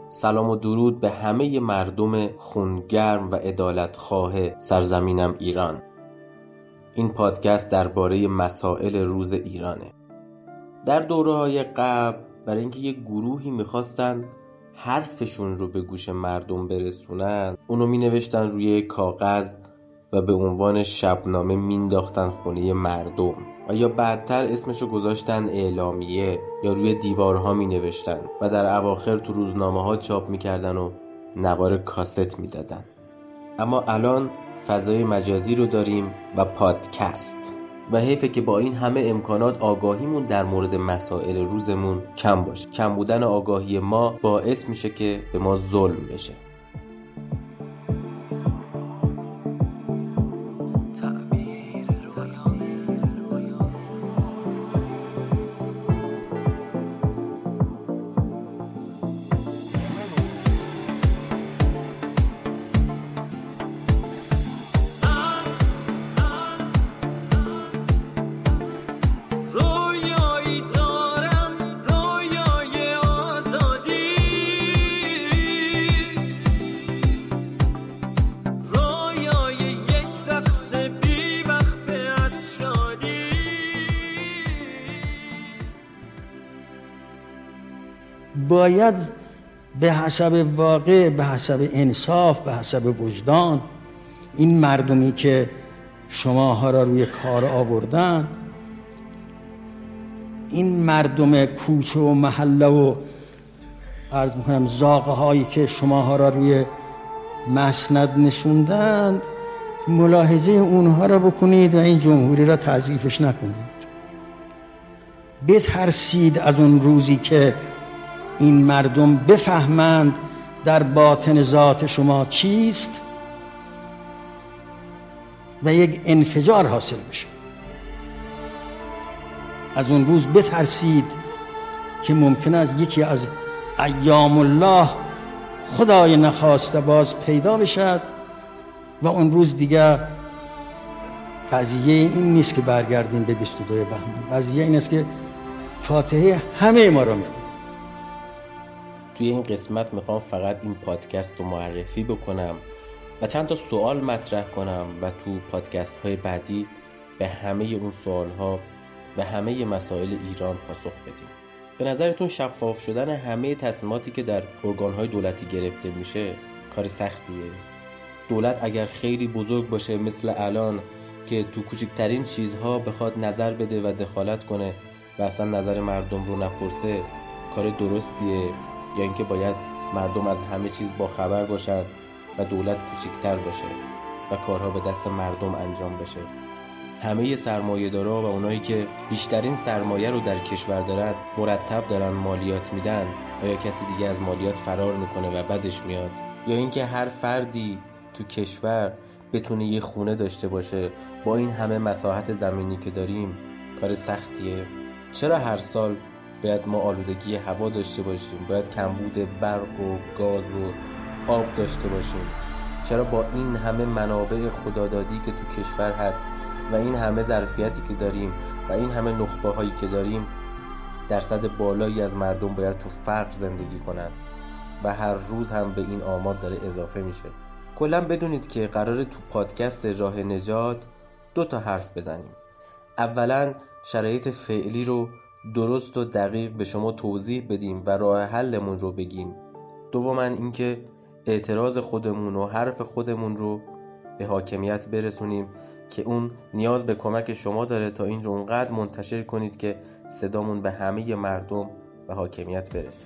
سلام و درود به همه مردم خونگرم و عدالتخواه سرزمینم ایران. این پادکست درباره مسائل روز ایرانه. در دوره‌های قبل برای اینکه یه گروهی میخواستن حرفشون رو به گوش مردم برسونن، اونو مینوشتن روی کاغذ و به عنوان شبنامه مینداختن خونه مردم و یا بعدتر اسمشو گذاشتن اعلامیه یا روی دیوارها مینوشتن و در اواخر تو روزنامه ها چاپ میکردن و نوار کاست میدادن. اما الان فضای مجازی رو داریم و پادکست و حیفه که با این همه امکانات آگاهیمون در مورد مسائل روزمون کم باشه. کم بودن آگاهی ما باعث میشه که به ما ظلم بشه. باید به حسب واقع، به حسب انصاف، به حسب وجدان این مردمی که شماها را روی کار آوردن، این مردم کوچه و محله و عرض میکنم زاغه هایی که شماها را روی مسند نشوندن، ملاحظه اونها را بکنید و این جمهوری را تضعیفش نکنید. بترسید از اون روزی که این مردم بفهمند در باطن ذات شما چیست و یک انفجار حاصل بشه. از اون روز بترسید که ممکن است یکی از ایام الله خدای نخواسته باز پیدا بشد و اون روز دیگه قضیه این نیست که برگردیم به 22 بهمن. قضیه این است که فاتحه همه ما را میخونه. توی این قسمت میخوام فقط این پادکست رو معرفی بکنم و چند تا سوال مطرح کنم و تو پادکست های بعدی به همه اون سوال ها و همه مسائل ایران پاسخ بدیم. به نظرتون شفاف شدن همه تصمیماتی که در ارگان های دولتی گرفته میشه کار سختیه؟ دولت اگر خیلی بزرگ باشه مثل الان که تو کوچکترین چیزها بخواد نظر بده و دخالت کنه و اصلا نظر مردم رو نپرسه، کار درستیه؟ یا اینکه باید مردم از همه چیز با خبر باشن و دولت کوچکتر باشه و کارها به دست مردم انجام بشه؟ همه سرمایه‌دارا و اونایی که بیشترین سرمایه رو در کشور دارن مرتب دارن مالیات میدن. آیا کسی دیگه از مالیات فرار میکنه و بدش میاد؟ یا اینکه هر فردی تو کشور بتونه یه خونه داشته باشه با این همه مساحت زمینی که داریم کار سختیه؟ چرا هر سال باید ما آلودگی هوا داشته باشیم؟ باید کمبود برق و گاز و آب داشته باشیم؟ چرا با این همه منابع خدادادی که تو کشور هست و این همه ظرفیتی که داریم و این همه نخبه هایی که داریم درصد بالایی از مردم باید تو فقر زندگی کنن و هر روز هم به این آمار داره اضافه میشه؟ کلا بدونید که قراره تو پادکست راه نجات 2 تا حرف بزنیم. اولا شرایط فعلی رو درست و دقیق به شما توضیح بدیم و راه حلمون رو بگیم. دوما اینکه اعتراض خودمون و حرف خودمون رو به حاکمیت برسونیم که اون نیاز به کمک شما داره تا این رو اونقدر منتشر کنید که صدامون به همه مردم و حاکمیت برسه.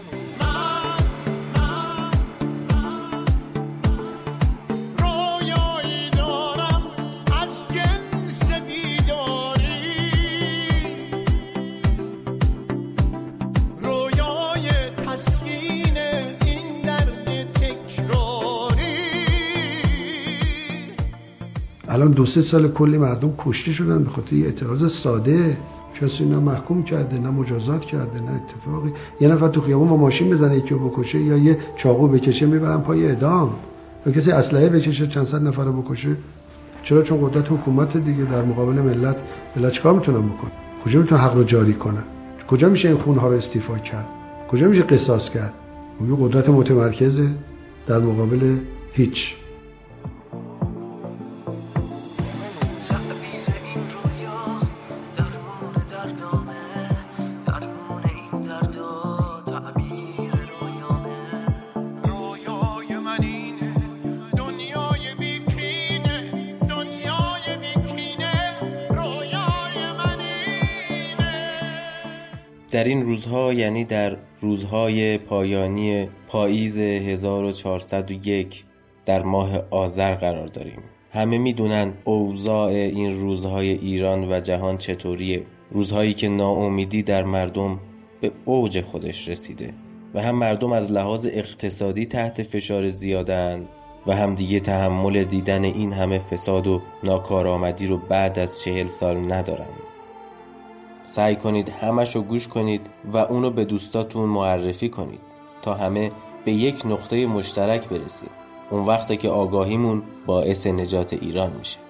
الان 2-3 سال کلی مردم کشته شدن به خاطر یه اعتراض ساده. کسی نه محکوم کرده، نه مجازات کرده، نه اتفاقی. یه نفر تو خیابون با ماشین بزنه یکی رو بکشه یا یه چاقو بکشه میبرن پای اعدام، یا کسی اسلحه بکشه چند صد نفر رو بکشه. چرا؟ چون قدرت حکومت دیگه در مقابل ملت چیکار میتونن بکنن؟ کجا میتونن حق رو جاری کنن؟ کجا میشه این خونها رو استیفا کرد؟ کجا میشه قصاص کرد؟ اون قدرت متمرکزه در مقابل هیچ. در این روزها، یعنی در روزهای پایانی پاییز 1401 در ماه آذر قرار داریم. همه میدونن اوضاع این روزهای ایران و جهان چطوریه. روزهایی که ناامیدی در مردم به اوج خودش رسیده و هم مردم از لحاظ اقتصادی تحت فشار زیادن و هم دیگه تحمل دیدن این همه فساد و ناکارآمدی رو بعد از 40 سال ندارن. سعی کنید همشو گوش کنید و اونو به دوستاتون معرفی کنید تا همه به یک نقطه مشترک برسید. اون وقته که آگاهیمون باعث نجات ایران میشه.